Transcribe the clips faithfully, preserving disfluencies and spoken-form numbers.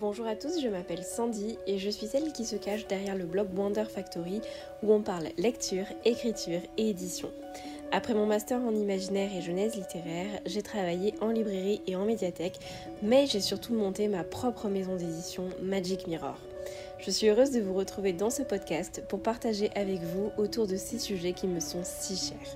Bonjour à tous, je m'appelle Sandy et je suis celle qui se cache derrière le blog Wonder Factory où on parle lecture, écriture et édition. Après mon master en imaginaire et genèse littéraire, j'ai travaillé en librairie et en médiathèque, mais j'ai surtout monté ma propre maison d'édition Magic Mirror. Je suis heureuse de vous retrouver dans ce podcast pour partager avec vous autour de ces sujets qui me sont si chers.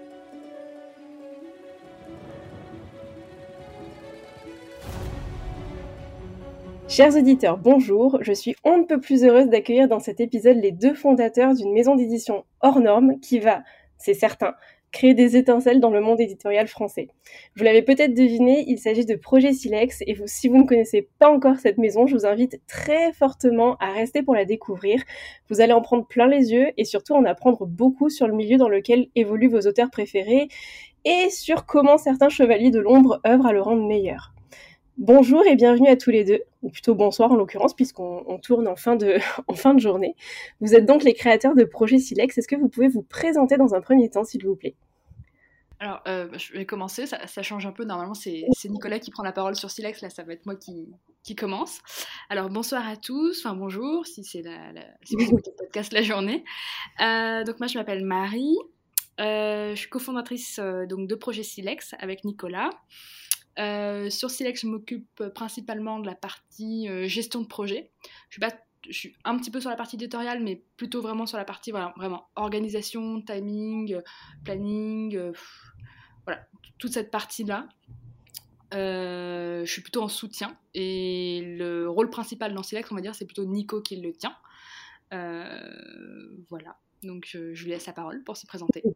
Chers auditeurs, bonjour, je suis on ne peut plus heureuse d'accueillir dans cet épisode les deux fondateurs d'une maison d'édition hors norme qui va, c'est certain, créer des étincelles dans le monde éditorial français. Vous l'avez peut-être deviné, il s'agit de Projet Silex et vous, si vous ne connaissez pas encore cette maison, je vous invite très fortement à rester pour la découvrir. Vous allez en prendre plein les yeux et surtout en apprendre beaucoup sur le milieu dans lequel évoluent vos auteurs préférés et sur comment certains chevaliers de l'ombre œuvrent à le rendre meilleur. Bonjour et bienvenue à tous les deux, ou plutôt bonsoir en l'occurrence, puisqu'on on tourne en fin, de, en fin de journée. Vous êtes donc les créateurs de Projet Silex. Est-ce que vous pouvez vous présenter dans un premier temps, s'il vous plaît ? Alors, euh, je vais commencer, ça, ça change un peu. Normalement, c'est, c'est Nicolas qui prend la parole sur Silex. Là, ça va être moi qui, qui commence. Alors, bonsoir à tous, enfin bonjour, si, c'est la, la, si vous écoutez le podcast la journée. Euh, donc, moi, je m'appelle Marie. Euh, je suis cofondatrice euh, donc, de Projet Silex avec Nicolas. Euh, sur Silex, je m'occupe principalement de la partie euh, gestion de projet. Je suis, pas, je suis un petit peu sur la partie éditoriale, mais plutôt vraiment sur la partie voilà, vraiment organisation, timing, planning, euh, voilà, toute cette partie-là. Euh, je suis plutôt en soutien et le rôle principal dans Silex, on va dire, c'est plutôt Nico qui le tient. Euh, voilà, donc je, je lui laisse la parole pour se présenter.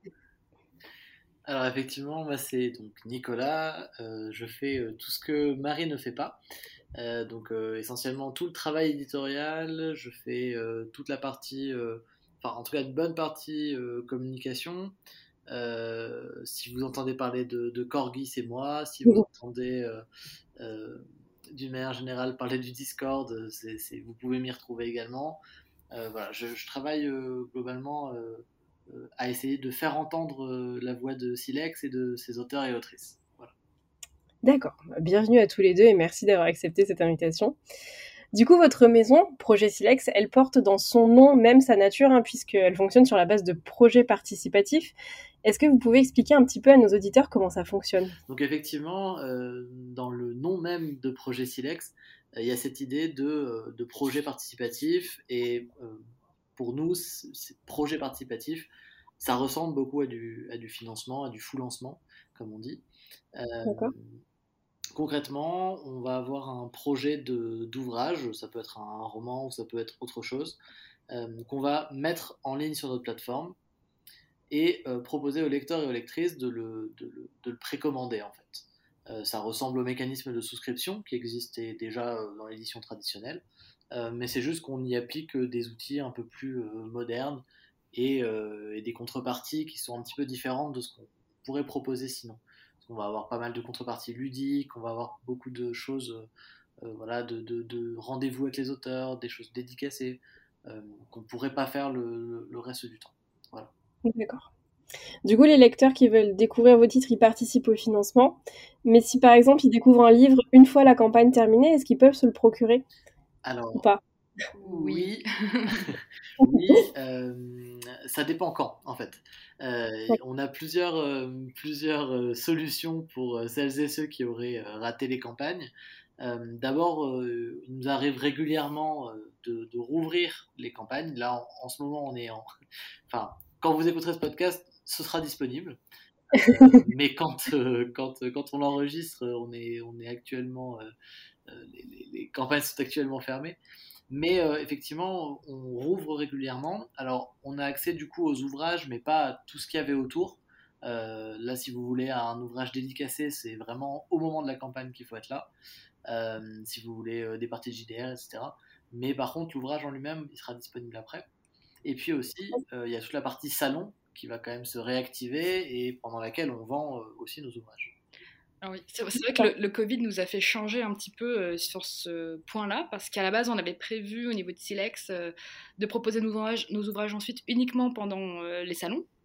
Alors effectivement, moi c'est donc Nicolas, euh, je fais euh, tout ce que Marie ne fait pas, euh, donc euh, essentiellement tout le travail éditorial, je fais euh, toute la partie, euh, enfin en tout cas une bonne partie euh, communication. Euh, si vous entendez parler de, de Corgi, c'est moi. Si vous entendez euh, euh, d'une manière générale parler du Discord, c'est, c'est, vous pouvez m'y retrouver également. Euh, voilà, je, je travaille euh, globalement euh, euh, à essayer de faire entendre euh, la voix de Silex et de ses auteurs et autrices. Voilà. D'accord, bienvenue à tous les deux et merci d'avoir accepté cette invitation. Du coup, votre maison, Projet Silex, elle porte dans son nom même sa nature, hein, puisqu'elle fonctionne sur la base de projets participatifs. Est-ce que vous pouvez expliquer un petit peu à nos auditeurs comment ça fonctionne ? Donc effectivement, euh, dans le nom même de Projet Silex, il euh, y a cette idée de, euh, de projet participatif et euh, pour nous, ces projets participatifs, ça ressemble beaucoup à du, à du financement, à du full lancement, comme on dit. Euh, D'accord. Concrètement, on va avoir un projet de, d'ouvrage, ça peut être un roman ou ça peut être autre chose, euh, qu'on va mettre en ligne sur notre plateforme et euh, proposer aux lecteurs et aux lectrices de le, de le, de le précommander en fait. Euh, ça ressemble au mécanisme de souscription qui existait déjà euh, dans l'édition traditionnelle, euh, mais c'est juste qu'on y applique des outils un peu plus euh, modernes et, euh, et des contreparties qui sont un petit peu différentes de ce qu'on pourrait proposer sinon. Parce qu'on va avoir pas mal de contreparties ludiques, on va avoir beaucoup de choses, euh, voilà, de, de, de rendez-vous avec les auteurs, des choses dédicacées euh, qu'on ne pourrait pas faire le, le reste du temps. Voilà. D'accord. Du coup, les lecteurs qui veulent découvrir vos titres, ils participent au financement. Mais si par exemple ils découvrent un livre une fois la campagne terminée, est-ce qu'ils peuvent se le procurer Alors, ou pas ? oui, oui, euh, ça dépend quand en fait. Euh, on a plusieurs, euh, plusieurs euh, solutions pour euh, celles et ceux qui auraient euh, raté les campagnes. Euh, d'abord, euh, il nous arrive régulièrement euh, de, de rouvrir les campagnes. Là, en, en ce moment, on est en. Enfin, quand vous écouterez ce podcast, ce sera disponible. Euh, mais quand, euh, quand, quand on l'enregistre, on est, on est actuellement. Euh, euh, les, les, les campagnes sont actuellement fermées. Mais euh, effectivement, on rouvre régulièrement. Alors, on a accès du coup aux ouvrages, mais pas à tout ce qu'il y avait autour. Euh, là, si vous voulez un ouvrage dédicacé, c'est vraiment au moment de la campagne qu'il faut être là. Euh, si vous voulez euh, des parties de J D R, et cetera. Mais par contre, l'ouvrage en lui-même, il sera disponible après. Et puis aussi, euh, il y a toute la partie salon qui va quand même se réactiver et pendant laquelle on vend euh, aussi nos ouvrages. Ah oui, c'est, c'est vrai que le, le Covid nous a fait changer un petit peu euh, sur ce point-là, parce qu'à la base, on avait prévu au niveau de Silex euh, de proposer nos ouvrages, nos ouvrages ensuite uniquement pendant euh, les salons.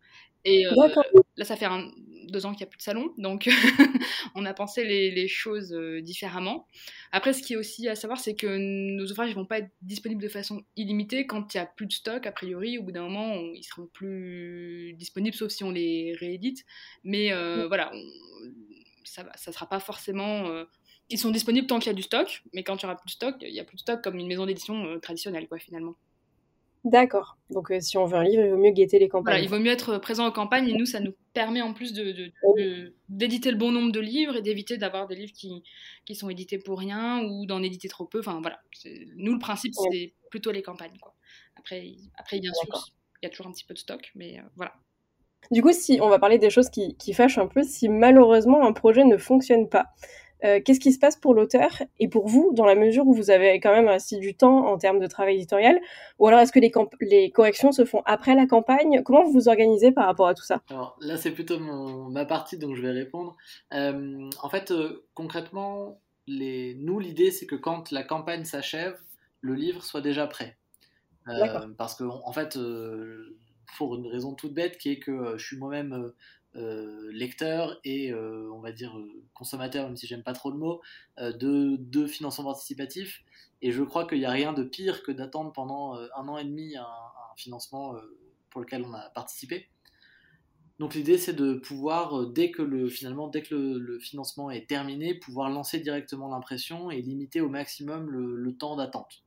Et euh, D'accord. là, ça fait un, deux ans qu'il n'y a plus de salon, donc on a pensé les, les choses euh, différemment. Après, ce qui est aussi à savoir, c'est que nos ouvrages ne vont pas être disponibles de façon illimitée. Quand il n'y a plus de stock, a priori, au bout d'un moment, on, ils seront plus disponibles, sauf si on les réédite. Mais euh, voilà, on, ça ne sera pas forcément... Euh, ils sont disponibles tant qu'il y a du stock, mais quand il n'y aura plus de stock, il n'y a plus de stock comme une maison d'édition euh, traditionnelle, quoi, finalement. D'accord. Donc, euh, si on veut un livre, il vaut mieux guetter les Voilà, campagnes. il vaut mieux être présent aux campagnes et nous, ça nous permet en plus de, de, Oui. de, d'éditer le bon nombre de livres et d'éviter d'avoir des livres qui, qui sont édités pour rien ou d'en éditer trop peu. Enfin voilà, c'est, nous, le principe, Oui, c'est plutôt les campagnes, quoi. Après, après bien sûr, d'accord. il y a toujours un petit peu de stock, mais euh, voilà. Du coup, si on va parler des choses qui, qui fâchent un peu, si malheureusement un projet ne fonctionne pas, euh, qu'est-ce qui se passe pour l'auteur et pour vous, dans la mesure où vous avez quand même assis du temps en termes de travail éditorial, ou alors est-ce que les, camp- les corrections se font après la campagne? Comment vous vous organisez par rapport à tout ça? Alors là, c'est plutôt mon, ma partie, donc je vais répondre. Euh, en fait, euh, concrètement, les, nous, l'idée, c'est que quand la campagne s'achève, le livre soit déjà prêt. D'accord. Euh, parce que, en fait, euh, pour une raison toute bête, qui est que euh, je suis moi-même euh, euh, lecteur et, euh, on va dire, euh, consommateur, même si j'aime pas trop le mot, euh, de, de financement participatif. Et je crois qu'il n'y a rien de pire que d'attendre pendant euh, un an et demi un, un financement euh, pour lequel on a participé. Donc l'idée c'est de pouvoir, euh, dès que le, finalement, dès que le, le financement est terminé, pouvoir lancer directement l'impression et limiter au maximum le, le temps d'attente.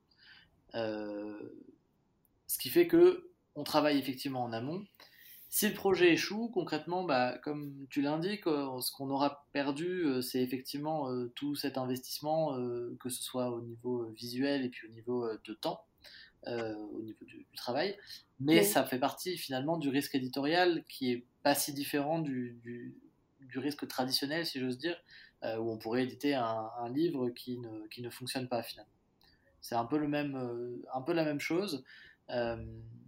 Euh, ce qui fait que on travaille effectivement en amont. Si le projet échoue, concrètement, bah, comme tu l'indiques, euh, ce qu'on aura perdu, euh, c'est effectivement euh, tout cet investissement, euh, que ce soit au niveau euh, visuel et puis au niveau euh, de temps, euh, au niveau du, du travail. Mais Oui. ça fait partie finalement du risque éditorial qui est pas si différent du, du, du risque traditionnel, si j'ose dire, euh, où on pourrait éditer un, un livre qui ne, qui ne fonctionne pas finalement. C'est un peu, le même, euh, un peu la même chose. Euh,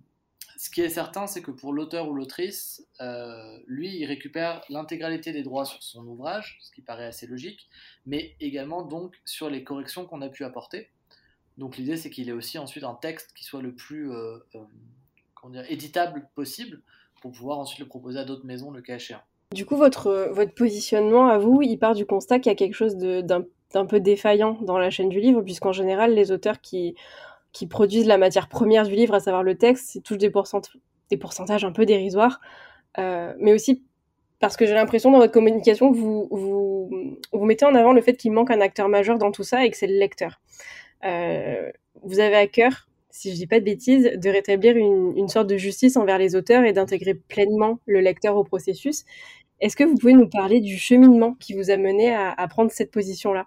ce qui est certain, c'est que pour l'auteur ou l'autrice, euh, lui, il récupère l'intégralité des droits sur son ouvrage, ce qui paraît assez logique, mais également donc sur les corrections qu'on a pu apporter. Donc l'idée, c'est qu'il ait aussi ensuite un texte qui soit le plus euh, euh, comment dire, éditable possible pour pouvoir ensuite le proposer à d'autres maisons le cas échéant. Du coup, votre, votre positionnement à vous, il part du constat qu'il y a quelque chose de, d'un, d'un peu défaillant dans la chaîne du livre, puisqu'en général, les auteurs qui, qui produisent la matière première du livre, à savoir le texte, c'est tous des, pourcent- des pourcentages un peu dérisoires, euh, mais aussi parce que j'ai l'impression dans votre communication que vous, vous, vous mettez en avant le fait qu'il manque un acteur majeur dans tout ça et que c'est le lecteur. Euh, vous avez à cœur, si je dis pas de bêtises, de rétablir une, une sorte de justice envers les auteurs et d'intégrer pleinement le lecteur au processus. Est-ce que vous pouvez nous parler du cheminement qui vous a mené à, à prendre cette position-là?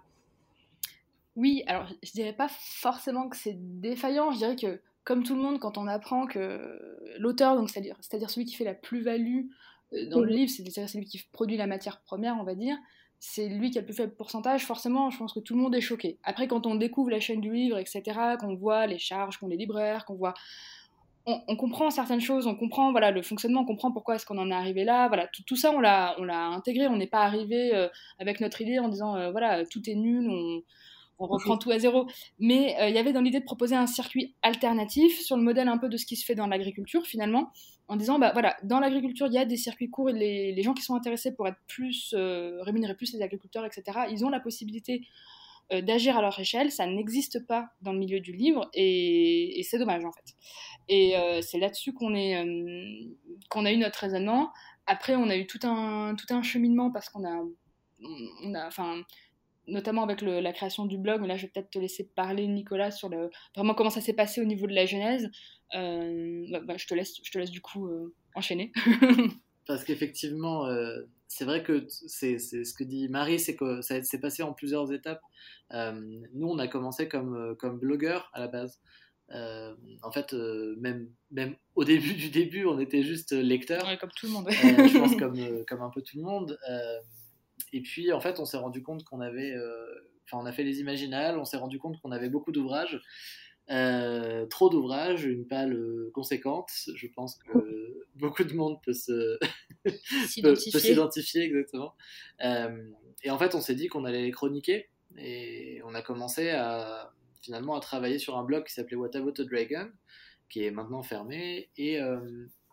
Oui, alors je dirais pas forcément que c'est défaillant, je dirais que comme tout le monde, quand on apprend que l'auteur, donc c'est-à-dire, c'est-à-dire celui qui fait la plus-value euh, dans le Mhm. livre, c'est-à-dire celui qui produit la matière première, on va dire, c'est lui qui a le plus faible pourcentage, forcément, je pense que tout le monde est choqué. Après, quand on découvre la chaîne du livre, et cetera, qu'on voit les charges qu'ont les libraires, qu'on voit... On, on comprend certaines choses, on comprend voilà, le fonctionnement, on comprend pourquoi est-ce qu'on en est arrivé là, voilà, tout, tout ça, on l'a, on l'a intégré, on n'est pas arrivé euh, avec notre idée en disant, euh, voilà, tout est nul, on on reprend tout à zéro. Mais euh, il y avait dans l'idée de proposer un circuit alternatif sur le modèle un peu de ce qui se fait dans l'agriculture finalement, en disant bah voilà, dans l'agriculture il y a des circuits courts et les, les gens qui sont intéressés pour être plus euh, rémunérer plus les agriculteurs, et cetera. Ils ont la possibilité euh, d'agir à leur échelle. Ça n'existe pas dans le milieu du livre et, et c'est dommage en fait. Et euh, c'est là-dessus qu'on est euh, qu'on a eu notre raisonnement. Après on a eu tout un tout un cheminement parce qu'on a on a enfin notamment avec le, la création du blog, mais là je vais peut-être te laisser parler Nicolas sur le, vraiment comment ça s'est passé au niveau de la genèse. Euh, bah, bah, je, te laisse, je te laisse du coup euh, enchaîner. Parce qu'effectivement, euh, c'est vrai que c'est, c'est ce que dit Marie, c'est que ça s'est passé en plusieurs étapes. Euh, nous, on a commencé comme, euh, comme blogueur à la base. Euh, en fait, euh, même, même au début du début, on était juste lecteur. Ouais, comme tout le monde. Euh, je pense comme, euh, comme un peu tout le monde. Euh, et puis, en fait, on s'est rendu compte qu'on avait... euh, Enfin, on a fait les imaginales, on s'est rendu compte qu'on avait beaucoup d'ouvrages. Euh, trop d'ouvrages, une palle euh, conséquente. Je pense que beaucoup de monde peut, se peut, peut s'identifier exactement. Euh, et en fait, on s'est dit qu'on allait les chroniquer et on a commencé à finalement à travailler sur un blog qui s'appelait What About a Dragon, qui est maintenant fermé. Et, euh,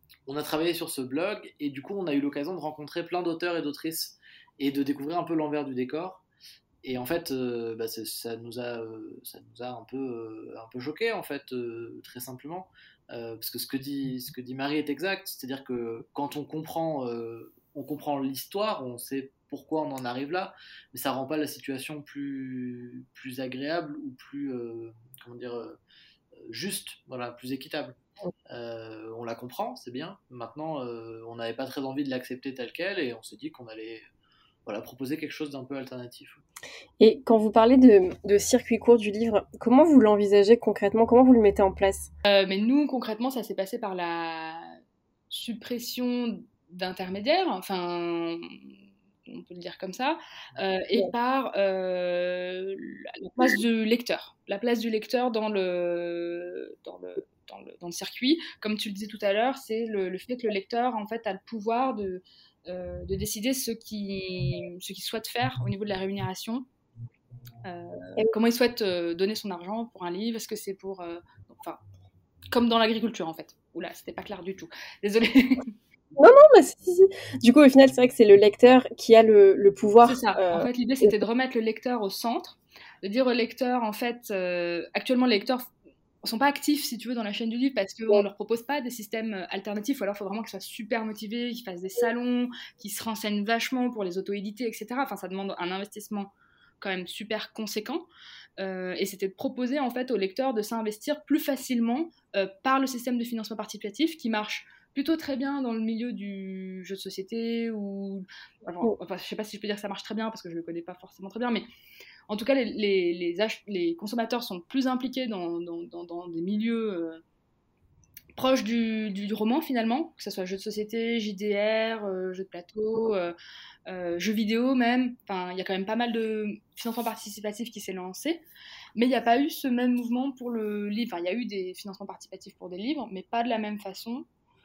on a travaillé sur ce blog et du coup on a eu l'occasion de rencontrer plein d'auteurs et d'autrices et de découvrir un peu l'envers du décor. Et en fait, euh, bah, ça, nous a, euh, ça nous a un peu, euh, un peu choqués, en fait, euh, très simplement. Euh, parce que ce que, dit, ce que dit Marie est exact, c'est-à-dire que quand on comprend, euh, on comprend l'histoire, on sait pourquoi on en arrive là, mais ça rend pas la situation plus, plus agréable ou plus, euh, comment dire, euh, juste, voilà, plus équitable. Euh, on la comprend, c'est bien. Maintenant, euh, on n'avait pas très envie de l'accepter telle qu'elle et on s'est dit qu'on allait, voilà, proposer quelque chose d'un peu alternatif. Et quand vous parlez de, de circuit court du livre, comment vous l'envisagez concrètement? Comment vous le mettez en place? euh, Mais nous, concrètement, ça s'est passé par la suppression d'intermédiaires, enfin, on peut le dire comme ça, euh, et ouais. par euh, la place du lecteur, la place du lecteur dans le, dans le, dans le, dans le circuit. Comme tu le disais tout à l'heure, c'est le, le fait que le lecteur, en fait, a le pouvoir de, euh, de décider ce qu'il, ce qu'il souhaite faire au niveau de la rémunération. Euh, comment il souhaite euh, donner son argent pour un livre. Est-ce que c'est pour... Euh, enfin, comme dans l'agriculture, en fait. Oula, c'était pas clair du tout. Désolée. Non, non, mais si, si. Du coup, au final, c'est vrai que c'est le lecteur qui a le, le pouvoir. C'est ça. Euh... En fait, l'idée, c'était de remettre le lecteur au centre, de dire au lecteur, en fait, euh, actuellement, les lecteurs ne sont pas actifs, si tu veux, dans la chaîne du livre parce qu'on ne leur propose pas des systèmes alternatifs, ou alors il faut vraiment qu'ils soient super motivés, qu'ils fassent des salons, qu'ils se renseignent vachement pour les auto-éditer, et cetera. Enfin, ça demande un investissement quand même super conséquent. Euh, et c'était de proposer, en fait, aux lecteurs de s'investir plus facilement euh, par le système de financement participatif qui marche plutôt très bien dans le milieu du jeu de société ou enfin, enfin, je sais pas si je peux dire que ça marche très bien parce que je le connais pas forcément très bien, mais en tout cas les, les, les, ach- les consommateurs sont plus impliqués dans, dans, dans, dans des milieux euh, proches du, du, du roman finalement, que ce soit jeu de société, J D R, euh, jeu de plateau, euh, euh, jeux vidéo même. Enfin, il y a quand même pas mal de financement participatif qui s'est lancé, mais il n'y a pas eu ce même mouvement pour le livre. Enfin, il y a eu des financements participatifs pour des livres, mais pas de la même façon.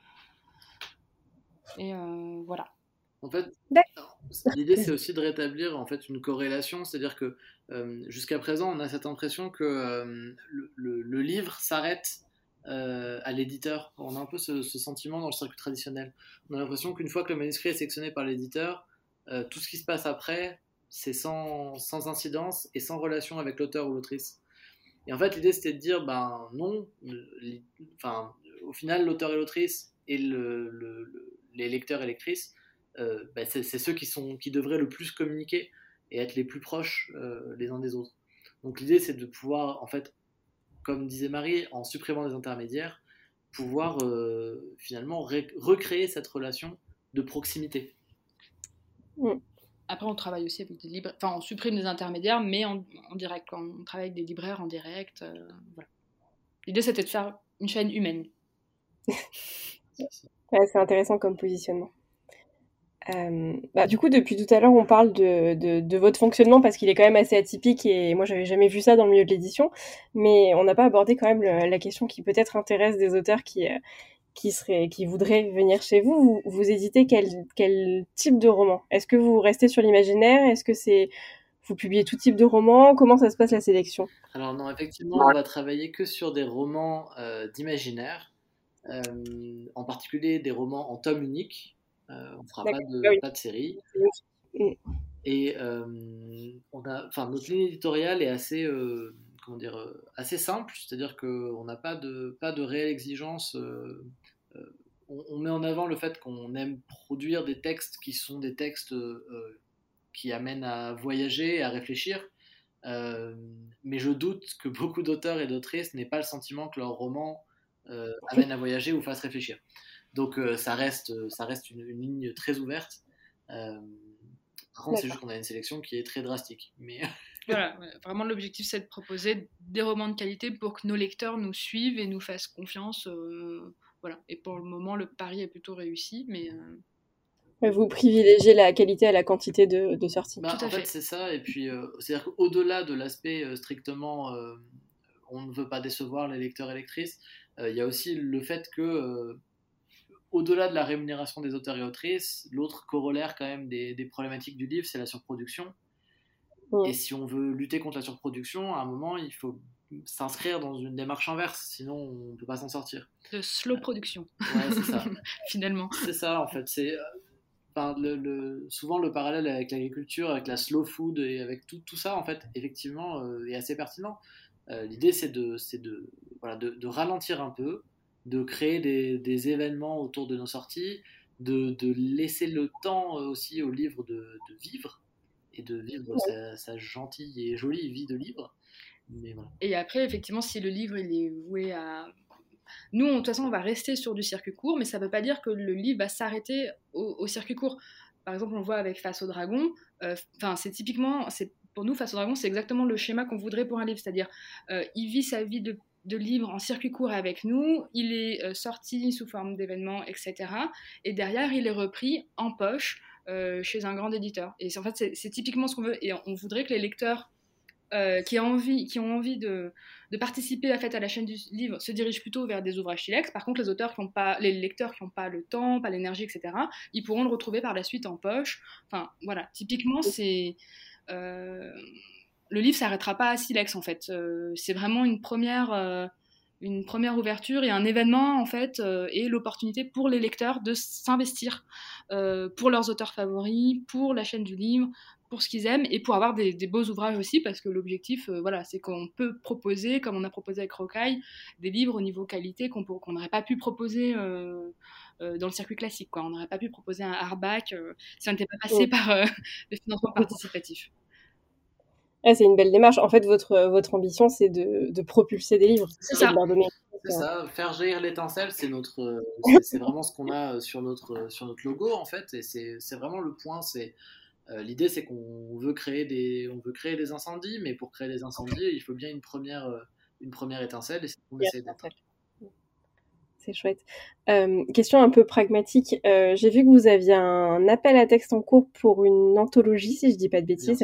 Et euh, voilà. En fait, l'idée c'est aussi de rétablir en fait une corrélation, c'est-à-dire que euh, jusqu'à présent on a cette impression que euh, le, le, le livre s'arrête euh, à l'éditeur. On a un peu ce, ce sentiment dans le circuit traditionnel. On a l'impression qu'une fois que le manuscrit est sélectionné par l'éditeur, euh, tout ce qui se passe après c'est sans, sans incidence et sans relation avec l'auteur ou l'autrice. Et en fait l'idée c'était de dire ben non, enfin au final l'auteur et l'autrice et le, le, le, les lecteurs et lectrices, euh, bah, c'est, c'est ceux qui, sont, qui devraient le plus communiquer et être les plus proches euh, les uns des autres. Donc l'idée c'est de pouvoir, en fait, comme disait Marie, en supprimant des intermédiaires, pouvoir euh, finalement ré- recréer cette relation de proximité. Mmh. Après, on travaille aussi avec des libraires, enfin, on supprime des intermédiaires, mais en, en direct, quand on travaille avec des libraires en direct. Euh, voilà. L'idée, c'était de faire une chaîne humaine. Ouais, c'est intéressant comme positionnement. Euh, bah, du coup, depuis tout à l'heure, on parle de, de, de votre fonctionnement parce qu'il est quand même assez atypique et moi, j'avais jamais vu ça dans le milieu de l'édition. Mais on n'a pas abordé quand même le, la question qui peut-être intéresse des auteurs qui, euh, qui, seraient, qui voudraient venir chez vous. Vous, vous éditez quel, quel type de roman? Est-ce que vous restez sur l'imaginaire? Est-ce que c'est vous publiez tout type de romans? Comment ça se passe la sélection? Alors non, effectivement, on va travailler que sur des romans euh, d'imaginaire, euh, en particulier des romans en tome unique. Euh, on ne fera pas de, oui. pas de série. Oui. Et euh, on a, enfin, notre ligne éditoriale est assez, euh, comment dire, euh, assez simple, c'est-à-dire qu'on n'a pas de, pas de réelle exigence. Euh, euh, on, on met en avant le fait qu'on aime produire des textes qui sont des textes euh, qui amènent à voyager, à réfléchir. Euh, mais je doute que beaucoup d'auteurs et d'autrices n'aient pas le sentiment que leur roman euh, amène à voyager ou fasse réfléchir. Donc euh, ça reste, ça reste une, une ligne très ouverte. Euh, par contre, c'est juste qu'on a une sélection qui est très drastique. Mais... voilà, vraiment l'objectif c'est de proposer des romans de qualité pour que nos lecteurs nous suivent et nous fassent confiance. Euh, voilà. Et pour le moment, le pari est plutôt réussi, mais... Euh... Vous privilégiez la qualité à la quantité de, de sorties. Bah, Tout à en fait, fait, c'est ça. Et puis, euh, c'est-à-dire qu'au-delà de l'aspect euh, strictement, euh, on ne veut pas décevoir les lecteurs et lectrices, il euh, y a aussi le fait que, euh, au-delà de la rémunération des auteurs et autrices, l'autre corollaire quand même des, des problématiques du livre, c'est la surproduction. Mmh. Et si on veut lutter contre la surproduction, à un moment, il faut s'inscrire dans une démarche inverse, sinon on ne peut pas s'en sortir. De slow production. Ouais, c'est ça. Finalement. C'est ça, en fait. C'est, enfin, le, le, souvent, le parallèle avec l'agriculture, avec la slow food et avec tout, tout ça, en fait, effectivement, euh, est assez pertinent. Euh, l'idée, c'est, de, c'est de, voilà, de, de ralentir un peu, de créer des, des événements autour de nos sorties, de, de laisser le temps aussi au livre de, de vivre, et de vivre sa, sa gentille et jolie vie de livre. Mais voilà. Et après, effectivement, si le livre il est voué à... Nous, de toute façon, on va rester sur du circuit court, mais ça ne veut pas dire que le livre va s'arrêter au, au circuit court. Par exemple, on le voit avec Face au Dragon. Enfin, euh, c'est typiquement... C'est, pour nous, Face au Dragon, c'est exactement le schéma qu'on voudrait pour un livre. C'est-à-dire, euh, il vit sa vie de, de livre en circuit court avec nous, il est euh, sorti sous forme d'événements, et cetera. Et derrière, il est repris en poche euh, chez un grand éditeur. Et en fait, c'est, c'est typiquement ce qu'on veut. Et on voudrait que les lecteurs Euh, qui, a envie, qui ont envie de, de participer à, fait, à la chaîne du livre se dirigent plutôt vers des ouvrages Silex. Par contre, les, auteurs qui ont pas, les lecteurs qui n'ont pas le temps, pas l'énergie, et cetera, ils pourront le retrouver par la suite en poche. Enfin, voilà, typiquement, c'est... Euh, le livre ne s'arrêtera pas à Silex, en fait. Euh, c'est vraiment une première... Euh, une première ouverture et un événement en fait euh, et l'opportunité pour les lecteurs de s'investir euh, pour leurs auteurs favoris, pour la chaîne du livre, pour ce qu'ils aiment et pour avoir des, des beaux ouvrages aussi parce que l'objectif euh, voilà, c'est qu'on peut proposer, comme on a proposé avec Rocaille, des livres au niveau qualité qu'on qu'on n'aurait pas pu proposer euh, euh, dans le circuit classique, quoi. On n'aurait pas pu proposer un hardback euh, si on n'était pas passé par euh, le financement participatif. Ah, c'est une belle démarche. En fait, votre, votre ambition, c'est de, de propulser des livres. C'est ça. De leur donner... C'est ça. Faire jaillir l'étincelle, c'est, notre, c'est, c'est vraiment ce qu'on a sur notre, sur notre logo, en fait. Et c'est, c'est vraiment le point. C'est, euh, l'idée, c'est qu'on veut créer, des, on veut créer des incendies, mais pour créer des incendies, il faut bien une première, une première étincelle. Et c'est ce qu'on essaie d'être. C'est chouette. Euh, question un peu pragmatique. Euh, j'ai vu que vous aviez un appel à texte en cours pour une anthologie, si je dis pas de bêtises.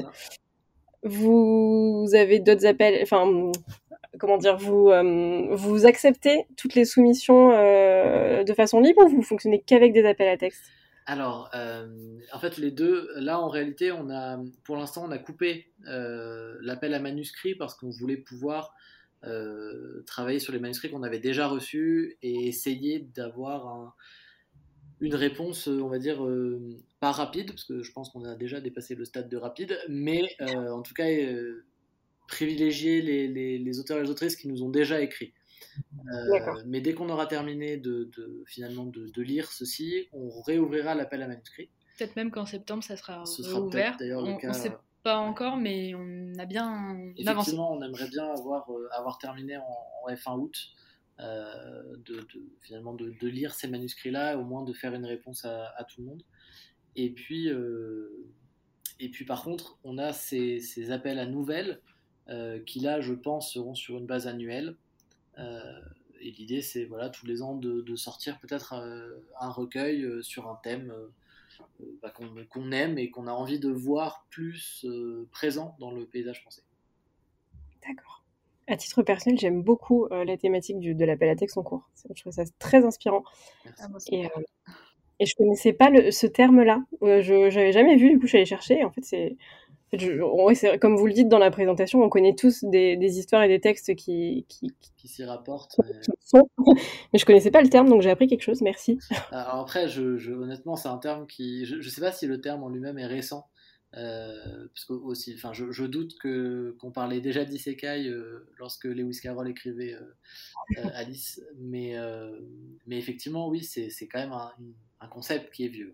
Vous avez d'autres appels, enfin, comment dire, vous, euh, vous acceptez toutes les soumissions euh, de façon libre ou vous fonctionnez qu'avec des appels à texte ? Alors, euh, en fait, les deux, là, en réalité, on a, pour l'instant, on a coupé euh, l'appel à manuscrits parce qu'on voulait pouvoir euh, travailler sur les manuscrits qu'on avait déjà reçus et essayer d'avoir un, une réponse, on va dire, euh, pas rapide, parce que je pense qu'on a déjà dépassé le stade de rapide, mais euh, en tout cas, euh, privilégier les, les, les auteurs et les autrices qui nous ont déjà écrit. Euh, mais dès qu'on aura terminé de, de, finalement de, de lire ceci, on réouvrira l'appel à manuscrit. Peut-être même qu'en septembre, ça sera Ce sera ouvert. D'ailleurs on, le cas. On sait pas encore, mais on a bien Effectivement, avancé. on aimerait bien avoir, euh, avoir terminé en, en F un août, euh, de, de, finalement de, de lire ces manuscrits-là, au moins de faire une réponse à, à tout le monde. Et puis, euh, et puis par contre, on a ces, ces appels à nouvelles euh, qui là, je pense, seront sur une base annuelle. Euh, et l'idée, c'est voilà, tous les ans de, de sortir peut-être euh, un recueil euh, sur un thème euh, bah, qu'on, qu'on aime et qu'on a envie de voir plus euh, présent dans le paysage français. D'accord. À titre personnel, j'aime beaucoup euh, la thématique du, de l'appel à texte en cours. Je trouve ça très inspirant. Merci. Et, euh, et je connaissais pas le, ce terme-là. Euh, je n'avais jamais vu, du coup, je suis allée chercher. En fait, c'est... En fait, je, ouais, c'est, comme vous le dites dans la présentation, on connaît tous des, des histoires et des textes qui, qui, qui, qui s'y rapportent. Mais... Sont... mais je connaissais pas le terme, donc j'ai appris quelque chose. Merci. Alors après, je, je, honnêtement, c'est un terme qui, je, je sais pas si le terme en lui-même est récent, euh, parce que aussi, enfin, je, je doute que qu'on parlait déjà d'isekai euh, lorsque Lewis Carroll écrivait euh, euh, Alice, mais euh, mais effectivement, oui, c'est c'est quand même un, un concept qui est vieux.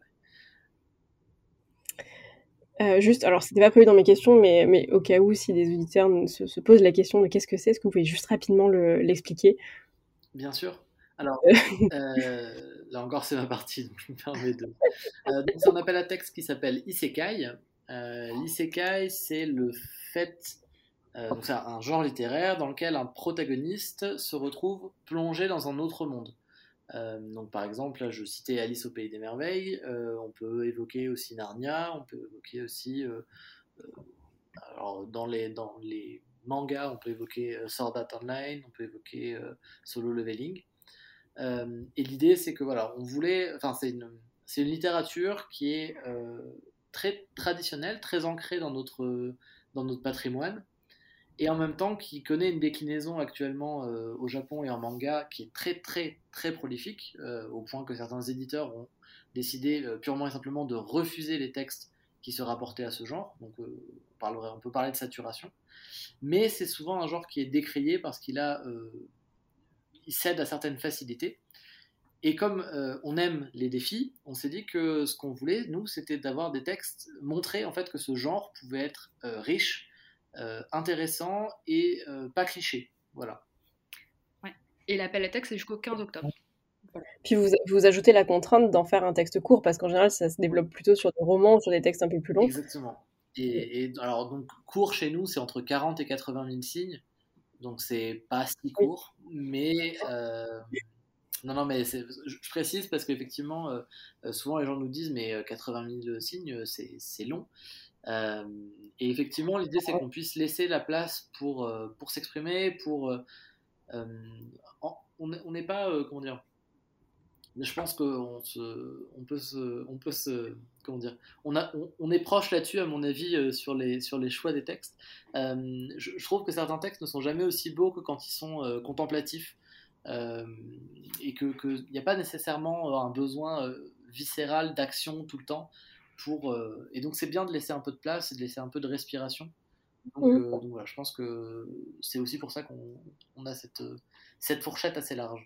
Euh, juste, alors c'était pas prévu dans mes questions, mais, mais au cas où, si des auditeurs se, se posent la question de qu'est-ce que c'est, est-ce que vous pouvez juste rapidement le, l'expliquer ? Bien sûr. Alors, euh, là encore, c'est ma partie, donc je me permets de... Euh, donc, c'est un appel à texte qui s'appelle Isekai. Euh, l'isekai, c'est le fait... Euh, donc c'est un genre littéraire dans lequel un protagoniste se retrouve plongé dans un autre monde. Euh, donc par exemple, là, je citais Alice au Pays des Merveilles, euh, on peut évoquer aussi Narnia, on peut évoquer aussi, euh, euh, alors dans les, dans les mangas, on peut évoquer euh, Sword Art Online, on peut évoquer euh, Solo Leveling. Euh, et l'idée, c'est que voilà, on voulait, enfin c'est une, c'est une littérature qui est euh, très traditionnelle, très ancrée dans notre, dans notre patrimoine, et en même temps qui connaît une déclinaison actuellement euh, au Japon et en manga qui est très très très prolifique, euh, au point que certains éditeurs ont décidé euh, purement et simplement de refuser les textes qui se rapportaient à ce genre. Donc euh, on, parlerait, on peut parler de saturation. Mais c'est souvent un genre qui est décrié parce qu'il a, euh, il cède à certaines facilités. Et comme euh, on aime les défis, on s'est dit que ce qu'on voulait, nous, c'était d'avoir des textes, montrer en fait que ce genre pouvait être euh, riche, euh, intéressant et euh, pas cliché. Voilà. Ouais. Et l'appel à texte, c'est jusqu'au quinze octobre. Voilà. Puis vous, vous ajoutez la contrainte d'en faire un texte court, parce qu'en général, ça se développe plutôt sur des romans ou sur des textes un peu plus longs. Exactement. Et, et alors, donc, court chez nous, c'est entre quarante et quatre-vingt mille signes. Donc, c'est pas si court. Oui. Mais. Euh, non, non, mais c'est, je, je précise parce qu'effectivement, euh, souvent les gens nous disent, mais quatre-vingt mille signes, c'est, c'est long. Euh, et effectivement, l'idée, c'est qu'on puisse laisser la place pour, euh, pour s'exprimer, pour. Euh, on n'est pas. Euh, comment dire je pense qu'on se, on peut se, on peut se, comment dire, on, a, on, on est proche là-dessus à mon avis euh, sur les, sur les choix des textes. Euh, je, je trouve que certains textes ne sont jamais aussi beaux que quand ils sont euh, contemplatifs euh, et que qu'il n'y a pas nécessairement un besoin euh, viscéral d'action tout le temps pour, euh, et donc c'est bien de laisser un peu de place et de laisser un peu de respiration. Donc, mmh. euh, donc voilà, je pense que c'est aussi pour ça qu'on on a cette, cette fourchette assez large.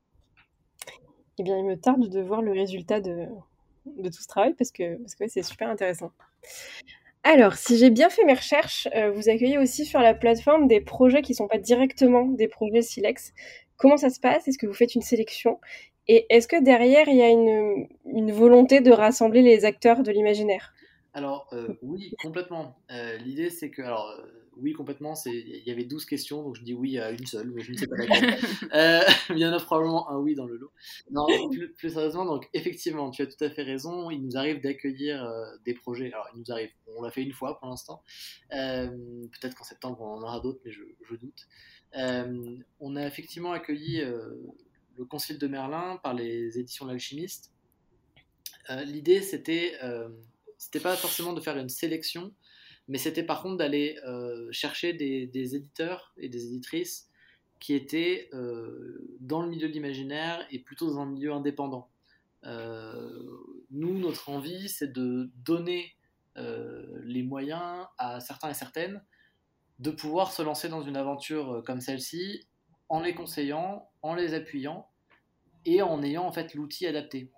Eh bien, il me tarde de voir le résultat de, de tout ce travail parce que, parce que c'est super intéressant. Alors, si j'ai bien fait mes recherches, euh, vous accueillez aussi sur la plateforme des projets qui ne sont pas directement des projets Silex. Comment ça se passe? Est-ce que vous faites une sélection? Et est-ce que derrière, il y a une, une volonté de rassembler les acteurs de l'imaginaire? Alors, euh, oui, complètement. Euh, l'idée, c'est que... Alors, euh, oui, complètement, c'est, il y avait douze questions, donc je dis oui à une seule, mais je ne sais pas laquelle. euh, il y en a probablement un oui dans le lot. Non, plus, plus sérieusement, donc effectivement, tu as tout à fait raison, il nous arrive d'accueillir euh, des projets. Alors, il nous arrive, on l'a fait une fois pour l'instant. Euh, peut-être qu'en septembre, on en aura d'autres, mais je, je doute. Euh, on a effectivement accueilli euh, le Concile de Merlin par les éditions L'Alchimiste. Euh, l'idée, c'était... Euh, c'était pas forcément de faire une sélection, mais c'était par contre d'aller euh, chercher des, des éditeurs et des éditrices qui étaient euh, dans le milieu de l'imaginaire et plutôt dans un milieu indépendant. Euh, nous, notre envie, c'est de donner euh, les moyens à certains et certaines de pouvoir se lancer dans une aventure comme celle-ci en les conseillant, en les appuyant et en ayant en fait l'outil adapté.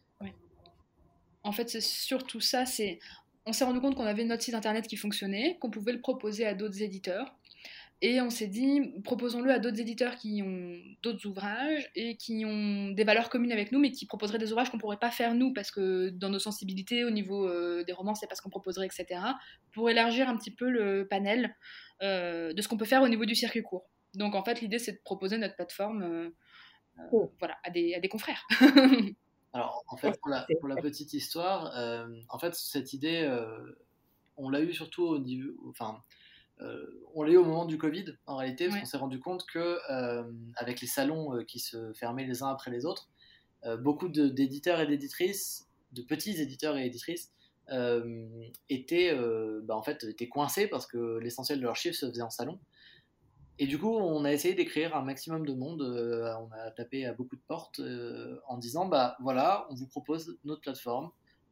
En fait, c'est surtout ça, c'est... On s'est rendu compte qu'on avait notre site internet qui fonctionnait, qu'on pouvait le proposer à d'autres éditeurs. Et on s'est dit, proposons-le à d'autres éditeurs qui ont d'autres ouvrages et qui ont des valeurs communes avec nous, mais qui proposeraient des ouvrages qu'on ne pourrait pas faire nous, parce que dans nos sensibilités, au niveau euh, des romans, c'est pas ce qu'on proposerait, et cetera, pour élargir un petit peu le panel euh, de ce qu'on peut faire au niveau du circuit court. Donc en fait, l'idée, c'est de proposer notre plateforme euh, euh, oh. voilà, à, des, à des confrères. Alors, en fait, pour la, pour la petite histoire, euh, en fait, cette idée, euh, on l'a eu surtout au niveau, enfin, euh, on l'a eu au moment du Covid, en réalité, parce ouais. qu'on s'est rendu compte que, euh, avec les salons euh, qui se fermaient les uns après les autres, euh, beaucoup de, d'éditeurs et d'éditrices, de petits éditeurs et éditrices, euh, étaient, euh, bah, en fait, étaient coincés parce que l'essentiel de leur chiffre se faisait en salon. Et du coup, on a essayé d'écrire un maximum de monde, euh, on a tapé à beaucoup de portes euh, en disant, bah voilà, on vous propose notre plateforme,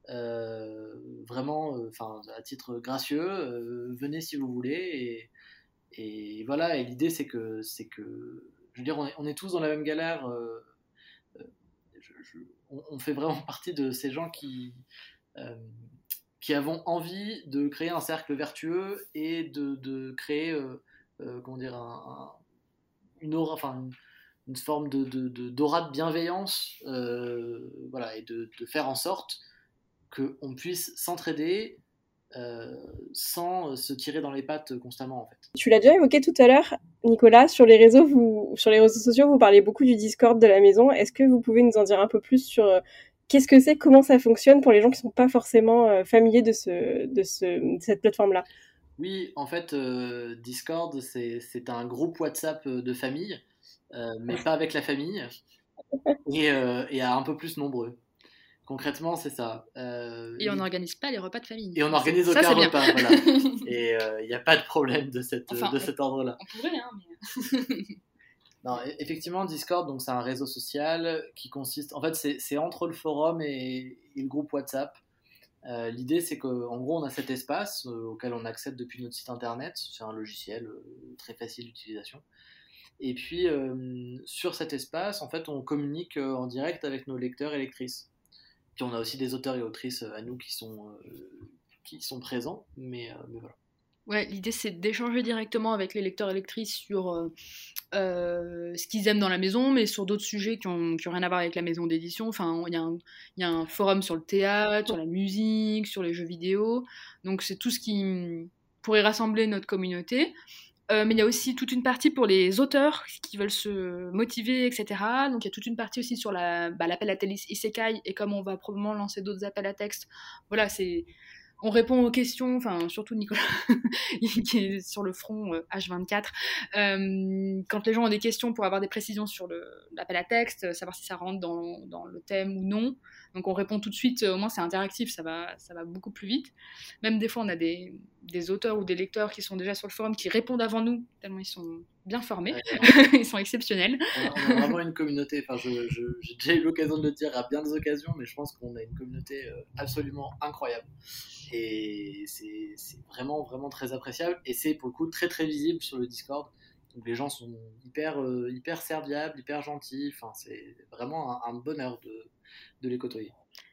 euh, vraiment, enfin, euh, à titre gracieux, euh, venez si vous voulez, et, et voilà, et l'idée c'est que, c'est que, je veux dire, on est, on est tous dans la même galère, euh, je, je, on, on fait vraiment partie de ces gens qui... Euh, qui avons envie de créer un cercle vertueux et de, de créer... Euh, Euh, comment dire, un, un, une aura, enfin une, une forme de, de, de d'aura de bienveillance, euh, voilà, et de, de faire en sorte qu'on puisse s'entraider euh, sans se tirer dans les pattes constamment, en fait. Tu l'as déjà évoqué tout à l'heure, Nicolas, sur les réseaux, vous, sur les réseaux sociaux, vous parlez beaucoup du Discord de la maison. Est-ce que vous pouvez nous en dire un peu plus sur euh, qu'est-ce que c'est, comment ça fonctionne pour les gens qui ne sont pas forcément euh, familiers de, ce, de, ce, de cette plateforme-là? Oui, en fait, euh, Discord, c'est, c'est un groupe WhatsApp de famille, euh, mais pas avec la famille, et, euh, et à un peu plus nombreux. concrètement, c'est ça. Euh, et on n'organise pas les repas de famille. Et on n'organise aucun ça, repas, voilà. Et il euh, n'y a pas de problème de, cette, enfin, de on, cet ordre-là. On pourrait, hein, mais... Non, effectivement, Discord, donc, c'est un réseau social qui consiste... En fait, c'est, c'est entre le forum et, et le groupe WhatsApp. Euh, l'idée, c'est qu'en gros, on a cet espace euh, auquel on accède depuis notre site internet. C'est un logiciel euh, très facile d'utilisation. Et puis, euh, sur cet espace, en fait, on communique euh, en direct avec nos lecteurs et lectrices. Puis, on a aussi des auteurs et autrices à nous qui sont, euh, qui sont présents, mais, euh, mais voilà. Ouais, l'idée, c'est d'échanger directement avec les lecteurs et lectrices sur euh, euh, ce qu'ils aiment dans la maison, mais sur d'autres sujets qui n'ont qui ont rien à voir avec la maison d'édition. Enfin, il y, y a un forum sur le théâtre, sur la musique, sur les jeux vidéo. Donc, c'est tout ce qui pourrait rassembler notre communauté. Euh, mais il y a aussi toute une partie pour les auteurs qui veulent se motiver, et cetera. Donc il y a toute une partie aussi sur la, bah, l'appel à texte Isekai, et comme on va probablement lancer d'autres appels à texte, voilà, c'est... on répond aux questions, enfin surtout Nicolas qui est sur le front euh, H vingt-quatre. Euh, quand les gens ont des questions pour avoir des précisions sur le, l'appel à texte, savoir si ça rentre dans, dans le thème ou non. Donc on répond tout de suite, au moins c'est interactif, ça va, ça va beaucoup plus vite. Même des fois on a des, des auteurs ou des lecteurs qui sont déjà sur le forum qui répondent avant nous, tellement ils sont bien formés, ouais, ils sont exceptionnels. On a, on a vraiment une communauté, enfin, je, je, j'ai déjà eu l'occasion de le dire à bien des occasions, mais je pense qu'on a une communauté absolument incroyable. Et c'est, c'est vraiment, vraiment très appréciable, et c'est pour le coup très très visible sur le Discord. Donc les gens sont hyper, euh, hyper serviables, hyper gentils, enfin, c'est vraiment un, un bonheur de, de les côtoyer.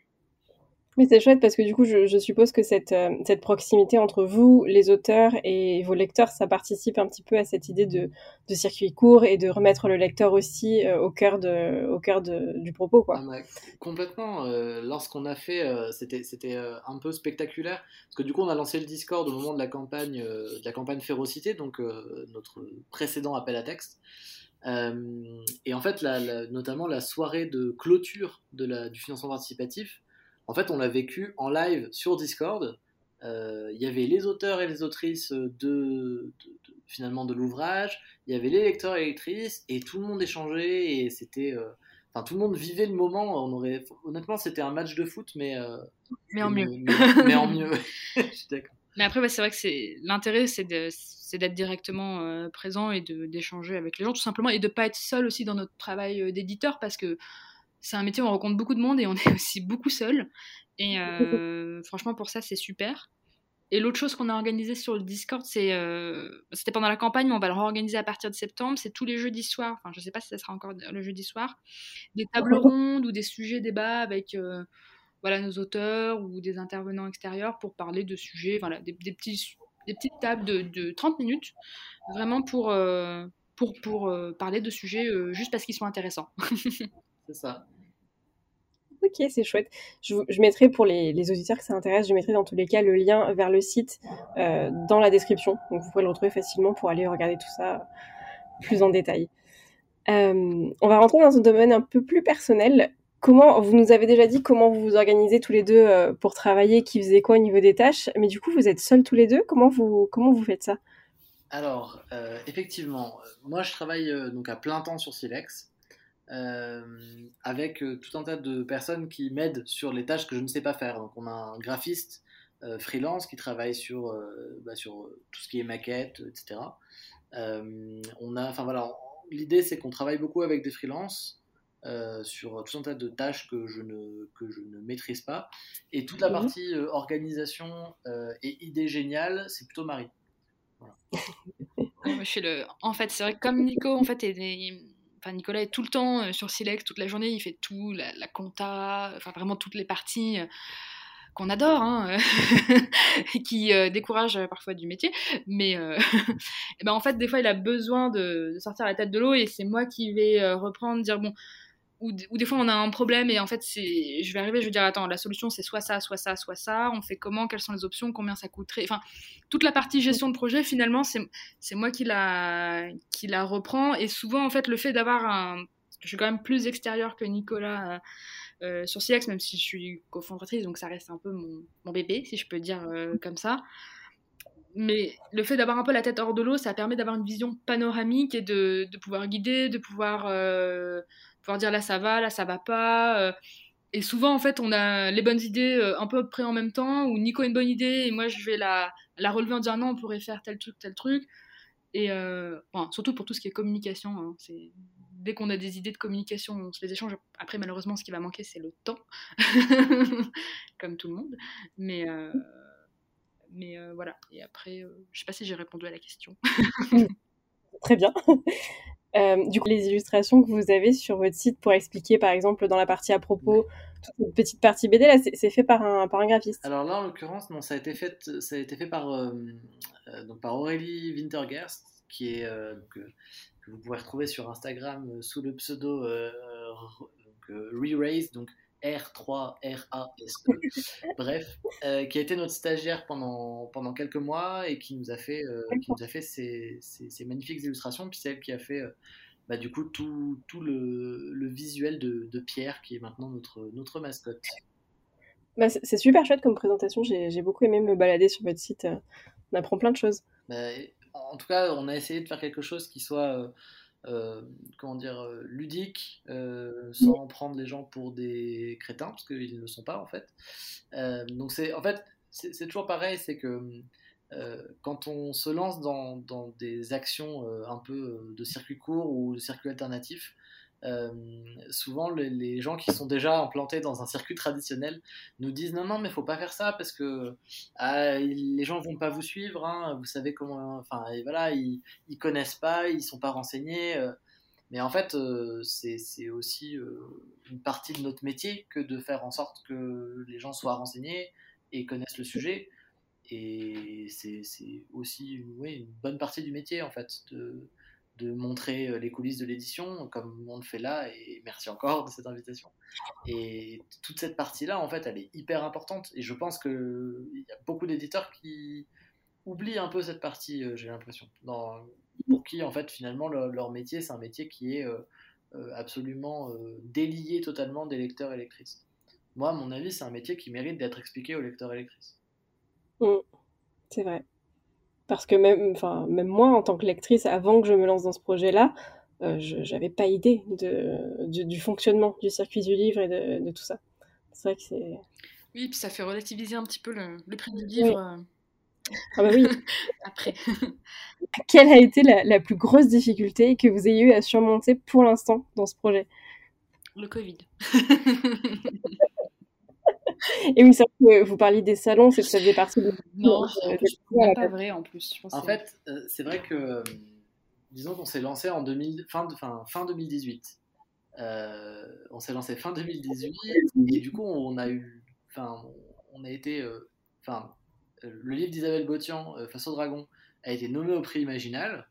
Mais c'est chouette parce que du coup, je, je suppose que cette, euh, cette proximité entre vous, les auteurs, et vos lecteurs, ça participe un petit peu à cette idée de, de circuit court et de remettre le lecteur aussi euh, au cœur, de, au cœur de, du propos, quoi. Ah bah, complètement. Euh, lorsqu'on a fait, euh, c'était, c'était euh, un peu spectaculaire parce que du coup, on a lancé le Discord au moment de la campagne, euh, de la campagne Férocité, donc euh, notre précédent appel à texte. Euh, et en fait, la, la, notamment la soirée de clôture de la, du financement participatif, en fait, on l'a vécu en live sur Discord. Il euh, y avait les auteurs et les autrices de, de, de, finalement de l'ouvrage, il y avait les lecteurs et les lectrices, et tout le monde échangeait, et c'était, euh, enfin, tout le monde vivait le moment. On aurait, honnêtement, c'était un match de foot, mais euh, mais en mieux. Mais, mais en mieux. Je suis d'accord. Mais après, ouais, c'est vrai que c'est l'intérêt, c'est, de, c'est d'être directement euh, présent et de, d'échanger avec les gens, tout simplement, et de pas être seul aussi dans notre travail d'éditeur, parce que c'est un métier où on rencontre beaucoup de monde et on est aussi beaucoup seul. Et euh, franchement, pour ça, c'est super. Et l'autre chose qu'on a organisé sur le Discord, c'est, euh, c'était pendant la campagne, mais on va le réorganiser à partir de septembre. C'est tous les jeudis soirs, enfin, je sais pas si ça sera encore le jeudi soir, des tables rondes ou des sujets débats avec euh, voilà, nos auteurs ou des intervenants extérieurs pour parler de sujets, voilà, des, des, petits, des petites tables de, de trente minutes, vraiment pour, euh, pour, pour euh, parler de sujets euh, juste parce qu'ils sont intéressants. C'est ça. Ok, c'est chouette. Je, je mettrai pour les, les auditeurs que ça intéresse, je mettrai dans tous les cas le lien vers le site euh, dans la description. Donc vous pourrez le retrouver facilement pour aller regarder tout ça plus en détail. Euh, on va rentrer dans un domaine un peu plus personnel. Comment, vous nous avez déjà dit comment vous vous organisez tous les deux euh, pour travailler, qui faisait quoi au niveau des tâches, mais du coup vous êtes seuls tous les deux. Comment vous, comment vous faites ça ? Alors, euh, effectivement, moi je travaille euh, donc à plein temps sur Silex. Euh, avec euh, tout un tas de personnes qui m'aident sur les tâches que je ne sais pas faire. Donc on a un graphiste euh, freelance qui travaille sur, euh, bah, sur tout ce qui est maquette, et cetera. Euh, on a, enfin voilà, l'idée c'est qu'on travaille beaucoup avec des freelances euh, sur tout un tas de tâches que je ne, que je ne maîtrise pas. Et toute la partie euh, organisation euh, et idées géniales, c'est plutôt Marie. Voilà. Je suis le... En fait, c'est vrai que comme Nico, en fait, est des... Enfin, Nicolas est tout le temps euh, sur Silex, toute la journée, il fait tout, la, la compta, enfin vraiment toutes les parties euh, qu'on adore, hein, et qui euh, découragent euh, parfois du métier. Mais euh, et ben, en fait, des fois, il a besoin de, de sortir la tête de l'eau et c'est moi qui vais euh, reprendre, dire bon. Ou, ou des fois on a un problème et en fait c'est, je vais arriver, je vais dire attends, la solution c'est soit ça, soit ça, soit ça, on fait comment, quelles sont les options, combien ça coûterait, enfin toute la partie gestion de projet finalement c'est, c'est moi qui la, qui la reprend. Et souvent en fait le fait d'avoir un, je suis quand même plus extérieure que Nicolas euh, euh, sur Silex, même si je suis cofondatrice donc ça reste un peu mon, mon bébé si je peux dire euh, comme ça. Mais le fait d'avoir un peu la tête hors de l'eau, ça permet d'avoir une vision panoramique et de, de pouvoir guider, de pouvoir, euh, pouvoir dire là ça va, là ça va pas. Euh, et souvent, en fait, on a les bonnes idées euh, un peu près en même temps, ou Nico a une bonne idée, et moi, je vais la, la relever en disant non, on pourrait faire tel truc, tel truc. Et euh, enfin, surtout pour tout ce qui est communication, hein, c'est... dès qu'on a des idées de communication, on se les échange. Après, malheureusement, ce qui va manquer, c'est le temps, comme tout le monde. Mais, euh, mais euh, voilà. Et après, euh, je sais pas si j'ai répondu à la question. Très bien. Euh, du coup, les illustrations que vous avez sur votre site pour expliquer, par exemple, dans la partie à propos, toute cette petite partie B D, là, c'est, c'est fait par un, par un graphiste. Alors là, en l'occurrence, non, ça a été fait, ça a été fait par, euh, euh, donc par Aurélie Wintergerst, qui est, euh, donc, euh, que vous pouvez retrouver sur Instagram euh, sous le pseudo euh, donc, euh, Re-Raise, donc R trois R A S E, bref, euh, qui a été notre stagiaire pendant, pendant quelques mois et qui nous a fait, euh, qui nous a fait ces, ces, ces magnifiques illustrations, puis c'est elle qui a fait euh, bah, du coup tout, tout le, le visuel de, de Pierre, qui est maintenant notre, notre mascotte. Bah, c'est, c'est super chouette comme présentation, j'ai, j'ai beaucoup aimé me balader sur votre site, on apprend plein de choses. Bah, en tout cas, on a essayé de faire quelque chose qui soit euh, euh, comment dire, euh, ludique, euh, sans prendre les gens pour des crétins, parce qu'ils ne le sont pas en fait. Euh, donc c'est, en fait, c'est, c'est toujours pareil, c'est que euh, quand on se lance dans, dans des actions euh, un peu de circuit court ou de circuit alternatif, euh, souvent les, les gens qui sont déjà implantés dans un circuit traditionnel nous disent non non mais faut pas faire ça parce que ah, les gens vont pas vous suivre, hein, vous savez comment, enfin et voilà, ils, ils connaissent pas, ils sont pas renseignés, euh, mais en fait euh, c'est, c'est aussi euh, une partie de notre métier que de faire en sorte que les gens soient renseignés et connaissent le sujet, et c'est, c'est aussi une, oui, une bonne partie du métier en fait, de de montrer les coulisses de l'édition, comme on le fait là, et merci encore de cette invitation. Et toute cette partie-là, en fait, elle est hyper importante, et je pense qu'il y a beaucoup d'éditeurs qui oublient un peu cette partie, j'ai l'impression, dans, pour qui, en fait, finalement, leur, leur métier, c'est un métier qui est euh, absolument euh, délié totalement des lecteurs et lectrices. Moi, à mon avis, c'est un métier qui mérite d'être expliqué aux lecteurs et lectrices. Mmh, c'est vrai. Parce que même, enfin, même moi, en tant que lectrice, avant que je me lance dans ce projet-là, euh, je n'avais pas idée de, du, du fonctionnement du circuit du livre et de, de tout ça. C'est vrai que c'est... Oui, puis ça fait relativiser un petit peu le, le prix du livre. Oui. Euh... Ah bah oui. Après. Quelle a été la, la plus grosse difficulté que vous ayez eu à surmonter pour l'instant dans ce projet ? Le Covid. Et oui, c'est vrai que vous parliez des salons, c'est que ça faisait partie de... Non, en plus, c'est pas vrai en plus. Je pense en fait, euh, c'est vrai que, euh, disons qu'on s'est lancé en deux mille, fin, de, fin, fin deux mille dix-huit. Euh, on s'est lancé fin deux mille dix-huit, et du coup, on a eu, enfin, on a été, enfin, euh, le livre d'Isabelle Botian, euh, Face au Dragon, a été nommé au prix Imaginal,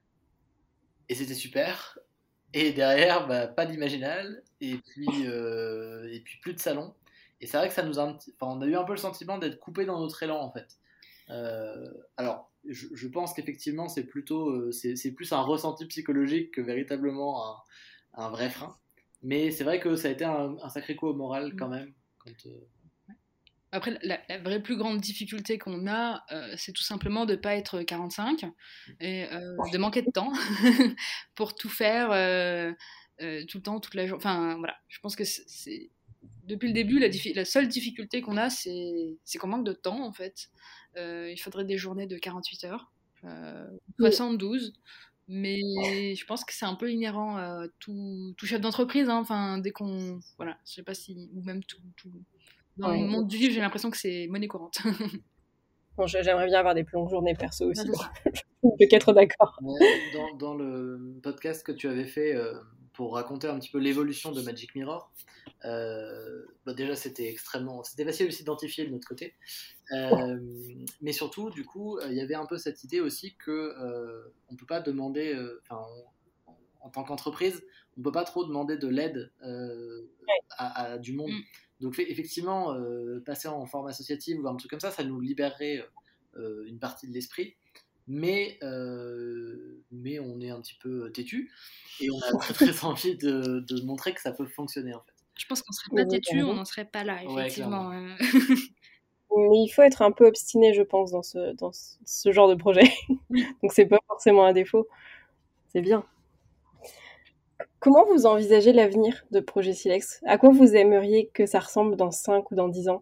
et c'était super. Et derrière, bah, pas d'Imaginal, et puis, euh, et puis plus de salon. Et c'est vrai que ça nous a, un petit... enfin, on a eu un peu le sentiment d'être coupé dans notre élan en fait. Euh, alors, je, je pense qu'effectivement, c'est plutôt, euh, c'est, c'est plus un ressenti psychologique que véritablement un, un vrai frein. Mais c'est vrai que ça a été un, un sacré coup au moral quand même. Quand, euh... Après, la, la vraie plus grande difficulté qu'on a, euh, c'est tout simplement de ne pas être quarante-cinq et euh, de manquer de temps pour tout faire euh, euh, tout le temps, toute la journée. Enfin, voilà, je pense que c'est, c'est... depuis le début, la, diffi- la seule difficulté qu'on a, c'est, c'est qu'on manque de temps, en fait. Euh, il faudrait des journées de quarante-huit heures, euh, soixante-douze, mais je pense que c'est un peu inhérent à tout, tout chef d'entreprise, hein. Enfin, dès qu'on... Voilà, je sais pas si... Ou même tout... tout... Dans ouais. le monde du livre, j'ai l'impression que c'est monnaie courante. Bon, j'aimerais bien avoir des plus longues journées perso aussi. Je peux qu'être d'accord. Dans, dans le podcast que tu avais fait euh, pour raconter un petit peu l'évolution de Magic Mirror, euh, bah déjà c'était extrêmement, c'était facile aussi d'identifier de notre côté, euh, mais surtout du coup il euh, y avait un peu cette idée aussi que euh, on peut pas demander, enfin euh, en tant qu'entreprise on peut pas trop demander de l'aide euh, à, à du monde. Mm. Donc effectivement, euh, passer en forme associative ou un truc comme ça, ça nous libérerait euh, une partie de l'esprit, mais, euh, mais on est un petit peu têtu, et on a très très envie de, de montrer que ça peut fonctionner en fait. Je pense qu'on serait pas têtu, on n'en serait pas là, effectivement. Ouais, mais il faut être un peu obstiné, je pense, dans ce, dans ce genre de projet. Donc c'est pas forcément un défaut. C'est bien. comment vous envisagez l'avenir de Projet Silex ? À quoi vous aimeriez que ça ressemble dans cinq ou dans dix ans ?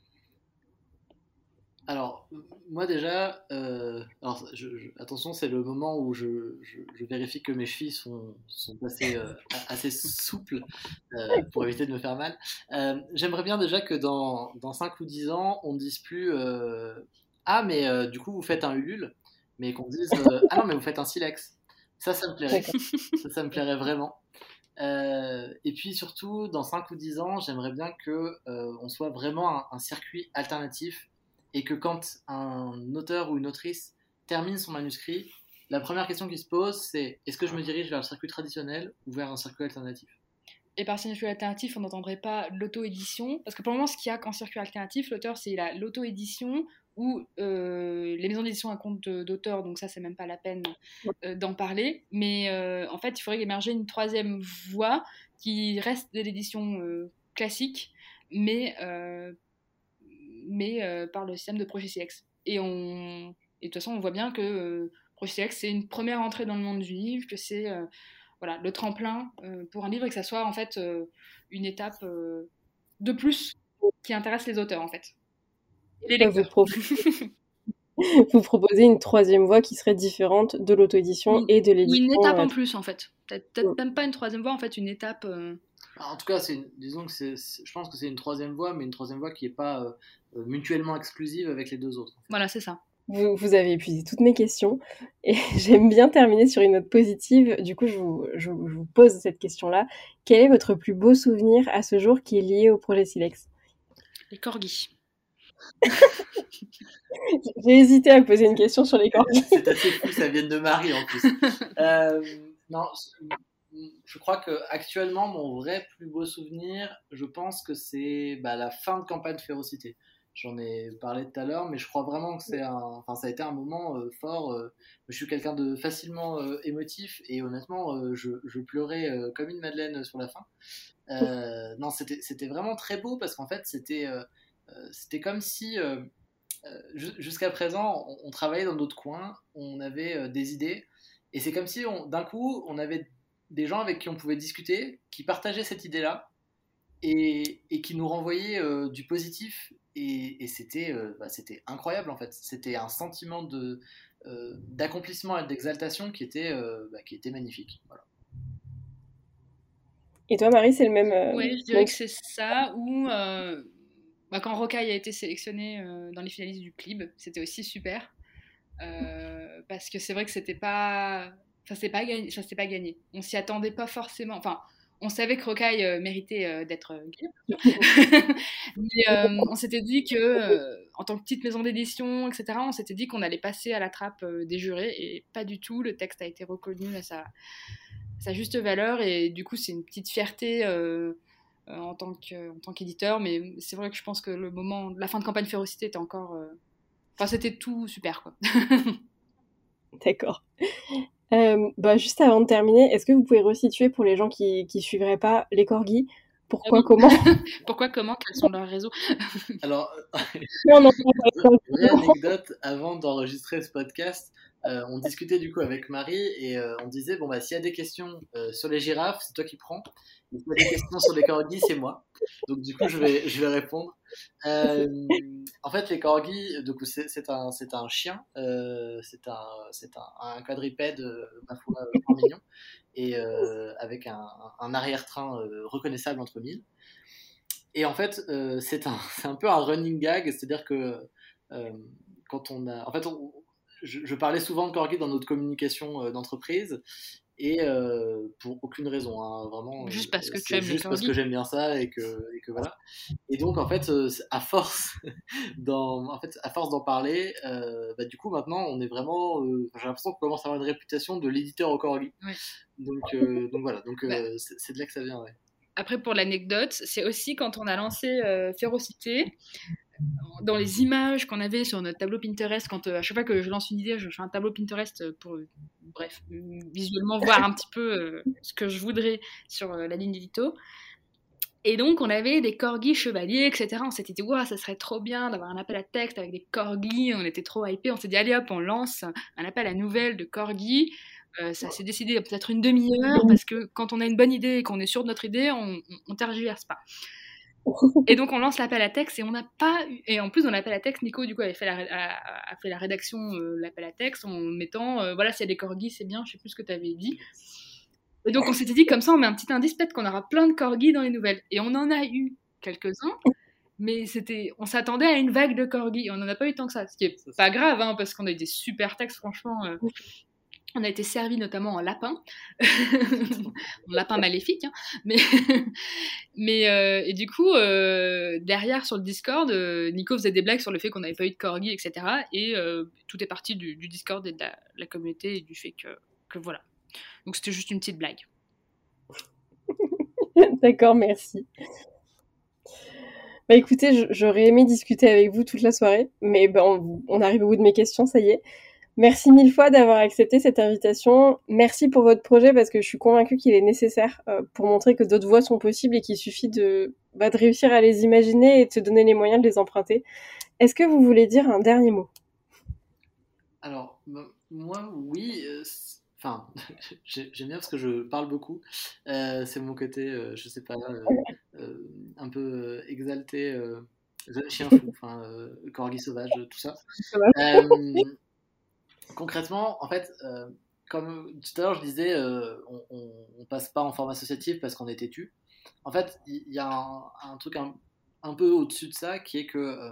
Alors, moi déjà, euh, alors, je, je, attention, c'est le moment où je, je, je vérifie que mes chevilles sont, sont assez, euh, assez souples euh, pour éviter de me faire mal. Euh, j'aimerais bien déjà que dans, dans cinq ou dix ans, on ne dise plus euh, Ah, mais euh, du coup, vous faites un Ulule, mais qu'on dise euh, Ah non, mais vous faites un Silex. Ça, ça me plairait. ça, ça me plairait vraiment. Euh, et puis surtout, dans cinq ou dix ans, j'aimerais bien qu'on euh, soit vraiment un, un circuit alternatif et que quand un auteur ou une autrice termine son manuscrit, la première question qui se pose, c'est est-ce que je me dirige vers le circuit traditionnel ou vers un circuit alternatif ? Et par circuit alternatif, on n'entendrait pas l'auto-édition, parce que pour le moment, ce qu'il y a qu'en circuit alternatif, l'auteur, c'est la, l'auto-édition où euh, les maisons d'édition à compte d'auteur, donc ça, c'est même pas la peine euh, d'en parler. Mais euh, en fait, il faudrait émerger une troisième voie qui reste de l'édition euh, classique, mais, euh, mais euh, par le système de Projet Silex. Et, on... et de toute façon, on voit bien que euh, Projet Silex, c'est une première entrée dans le monde du livre, que c'est euh, voilà, le tremplin euh, pour un livre et que ça soit en fait euh, une étape euh, de plus qui intéresse les auteurs en fait. Et les lecteurs. Vous, proposez... Vous proposez une troisième voie qui serait différente de l'auto-édition et de l'édition. Ou une étape euh... en plus en fait. Peut-être, peut-être mmh. même pas une troisième voie, en fait une étape. Euh... En tout cas, c'est une, disons que c'est, c'est, je pense que c'est une troisième voie, mais une troisième voie qui n'est pas euh, mutuellement exclusive avec les deux autres. En fait. Voilà, c'est ça. Vous, vous avez épuisé toutes mes questions et j'aime bien terminer sur une note positive. Du coup, je vous, je, je vous pose cette question-là. Quel est votre plus beau souvenir à ce jour qui est lié au projet Silex ? Les corgis. J'ai hésité à poser une question sur les corgis. C'est assez fou, ça vient de Marie en plus. euh, non, je crois que actuellement mon vrai plus beau souvenir, je pense que c'est bah, la fin de campagne Férocité. J'en ai parlé tout à l'heure, mais je crois vraiment que c'est un, enfin ça a été un moment euh, fort. Euh, je suis quelqu'un de facilement euh, émotif et honnêtement, euh, je, je pleurais euh, comme une madeleine sur la fin. Euh, non, c'était c'était vraiment très beau parce qu'en fait c'était euh, c'était comme si euh, jusqu'à présent on, on travaillait dans d'autres coins, on avait euh, des idées et c'est comme si on, d'un coup on avait des gens avec qui on pouvait discuter, qui partageaient cette idée-là et, et qui nous renvoyaient euh, du positif et, et c'était, euh, bah, c'était incroyable en fait. C'était un sentiment de, euh, d'accomplissement et d'exaltation qui était, euh, bah, qui était magnifique. Voilà. Et toi Marie, c'est le même euh, Oui, je dirais même... que c'est ça, ou euh, bah, quand Rocaille a été sélectionné euh, dans les finalistes du P L I B, c'était aussi super. Euh, parce que c'est vrai que c'était pas... Ça s'est pas gagné, ça s'est pas gagné. On s'y attendait pas forcément. Enfin, on savait que Rocaille euh, méritait euh, d'être gagné. Mais euh, on s'était dit que, euh, en tant que petite maison d'édition, et cetera, on s'était dit qu'on allait passer à la trappe euh, des jurés et pas du tout. Le texte a été reconnu à sa, à sa juste valeur et du coup, c'est une petite fierté euh, euh, en tant que, en tant qu'éditeur. Mais c'est vrai que je pense que le moment, la fin de campagne Férocité était encore, euh... enfin, c'était tout super, quoi. D'accord. Euh, bah, juste avant de terminer, est-ce que vous pouvez resituer pour les gens qui ne suivraient pas les corgis ? Pourquoi, ah oui. Comment Pourquoi, comment, quels sont leurs réseaux ? Alors, non, non, non, vraie anecdote, avant d'enregistrer ce podcast, euh, on discutait du coup avec Marie et euh, on disait, bon bah s'il y a des questions euh, sur les girafes, c'est toi qui prends. S'il y a des questions sur les corgis, c'est moi. Donc du coup, je vais, je vais répondre. Euh, en fait, les corgis, donc c'est, c'est, un, c'est un chien, euh, c'est, un, c'est un, un quadrupède, ma foi, fort mignon, et euh, avec un, un arrière-train euh, reconnaissable entre mille. Et en fait, euh, c'est, un, c'est un peu un running gag, c'est-à-dire que euh, quand on a... En fait, on, je, je parlais souvent de corgi dans notre communication euh, d'entreprise, et euh, pour aucune raison, hein, vraiment. Juste parce que c'est tu aimes juste les parce que j'aime bien ça, et que, et que voilà. Et donc, en fait, euh, à force, dans, en fait, à force d'en parler, euh, bah, du coup, maintenant, on est vraiment... Euh, j'ai l'impression qu'on commence à avoir une réputation de l'éditeur au corgi. Ouais. Donc, euh, donc voilà, donc, euh, bah. c'est, c'est de là que ça vient, ouais. Après, pour l'anecdote, c'est aussi quand on a lancé euh, Férocité, dans les images qu'on avait sur notre tableau Pinterest, quand euh, à chaque fois que je lance une idée, je fais un tableau Pinterest pour, euh, bref, visuellement voir un petit peu euh, ce que je voudrais sur euh, la ligne d'édito. Et donc, on avait des corgis chevaliers, et cetera. On s'était dit, ouais, ça serait trop bien d'avoir un appel à texte avec des corgis. On était trop hypés. On s'est dit, allez hop, on lance un appel à nouvelles de corgis. Euh, ça s'est décidé peut-être une demi-heure, parce que quand on a une bonne idée et qu'on est sûr de notre idée, on, on, on tergiverse pas. Et donc on lance l'appel à texte et on n'a pas eu... Et en plus dans l'appel à texte, Nico du coup avait fait la, a, a fait la rédaction euh, l'appel à texte en mettant euh, voilà, s'il y a des corgis c'est bien, je sais plus ce que tu avais dit. Et donc on s'était dit comme ça on met un petit indice, peut-être qu'on aura plein de corgis dans les nouvelles. Et on en a eu quelques-uns, mais c'était, on s'attendait à une vague de corgis, on n'en a pas eu tant que ça, ce qui est pas grave hein, parce qu'on a eu des super textes franchement. Euh... On a été servi notamment en lapin, en lapin maléfique, hein. mais, mais euh, et du coup, euh, derrière sur le Discord, euh, Nico faisait des blagues sur le fait qu'on n'avait pas eu de corgi, et cetera. Et euh, tout est parti du, du Discord et de la, la communauté et du fait que, que voilà. Donc c'était juste une petite blague. D'accord, merci. Bah écoutez, j'aurais aimé discuter avec vous toute la soirée, mais bah, on, on arrive au bout de mes questions, ça y est. Merci mille fois d'avoir accepté cette invitation. Merci pour votre projet parce que je suis convaincue qu'il est nécessaire euh, pour montrer que d'autres voies sont possibles et qu'il suffit de, bah, de réussir à les imaginer et de se donner les moyens de les emprunter. Est-ce que vous voulez dire un dernier mot ? Alors, moi, oui. Euh, enfin, j'aime bien parce que je parle beaucoup. Euh, c'est mon côté, euh, je sais pas, euh, euh, un peu euh, exalté, euh, chien fou, enfin, euh, corgi sauvage, tout ça. Euh, concrètement, en fait, euh, comme tout à l'heure je disais, euh, on, on, on passe pas en forme associative parce qu'on est têtu. En fait, il y, y a un, un truc un, un peu au-dessus de ça qui est que euh,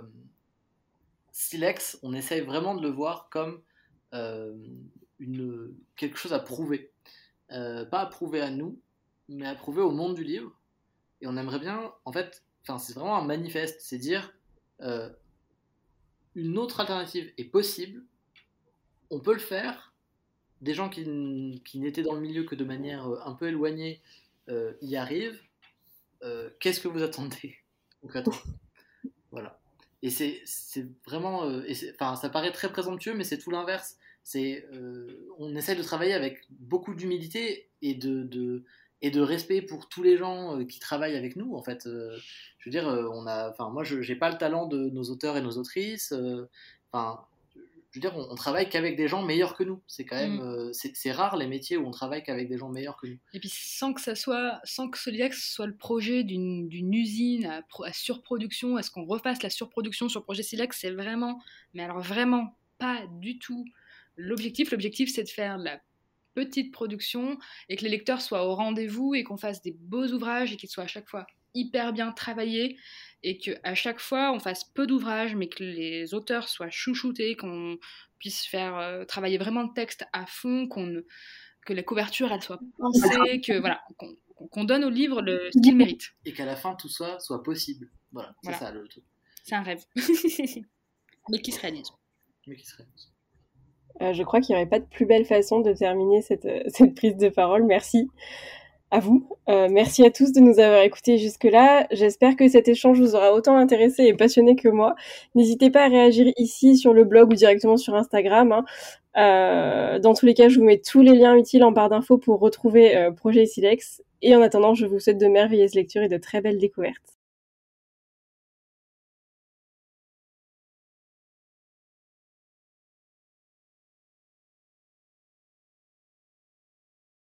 Silex, on essaye vraiment de le voir comme euh, une, quelque chose à prouver. Euh, pas à prouver à nous, mais à prouver au monde du livre. Et on aimerait bien, en fait, c'est vraiment un manifeste, c'est dire euh, une autre alternative est possible, on peut le faire. Des gens qui, qui n'étaient dans le milieu que de manière un peu éloignée euh, y arrivent. Euh, qu'est-ce que vous attendez concrètement ? Voilà. Et c'est, c'est vraiment, euh, et c'est, enfin, ça paraît très présomptueux, mais c'est tout l'inverse. C'est, euh, on essaie de travailler avec beaucoup d'humilité et de, de, et de respect pour tous les gens euh, qui travaillent avec nous. En fait, euh, je veux dire, euh, on a, enfin, moi, je n'ai pas le talent de nos auteurs et nos autrices. Euh, enfin, je veux dire, on, on travaille qu'avec des gens meilleurs que nous. C'est quand même, mmh. euh, c'est, c'est rare les métiers où on travaille qu'avec des gens meilleurs que nous. Et puis sans que ça soit, sans que Solidax soit le projet d'une, d'une usine à, à surproduction, est-ce qu'on refasse la surproduction sur le projet Silex, c'est vraiment, mais alors vraiment pas du tout l'objectif. L'objectif, c'est de faire la petite production et que les lecteurs soient au rendez-vous et qu'on fasse des beaux ouvrages et qu'ils soient à chaque fois hyper bien travaillés et qu'à chaque fois on fasse peu d'ouvrages mais que les auteurs soient chouchoutés, qu'on puisse faire euh, travailler vraiment le texte à fond, qu'on, que la couverture elle soit pensée, que, voilà, qu'on, qu'on donne au livre le, ce qu'il mérite. Et qu'à la fin tout ça soit possible. Voilà, c'est voilà. ça le truc. C'est un rêve. mais qui se réalise. Mais qui se réalise. Euh, je crois qu'il n'y aurait pas de plus belle façon de terminer cette, euh, cette prise de parole. Merci à vous. Euh, merci à tous de nous avoir écoutés jusque-là. J'espère que cet échange vous aura autant intéressé et passionné que moi. N'hésitez pas à réagir ici sur le blog ou directement sur Instagram. Hein. Euh, dans tous les cas, je vous mets tous les liens utiles en barre d'infos pour retrouver euh, Projet Silex. Et en attendant, je vous souhaite de merveilleuses lectures et de très belles découvertes.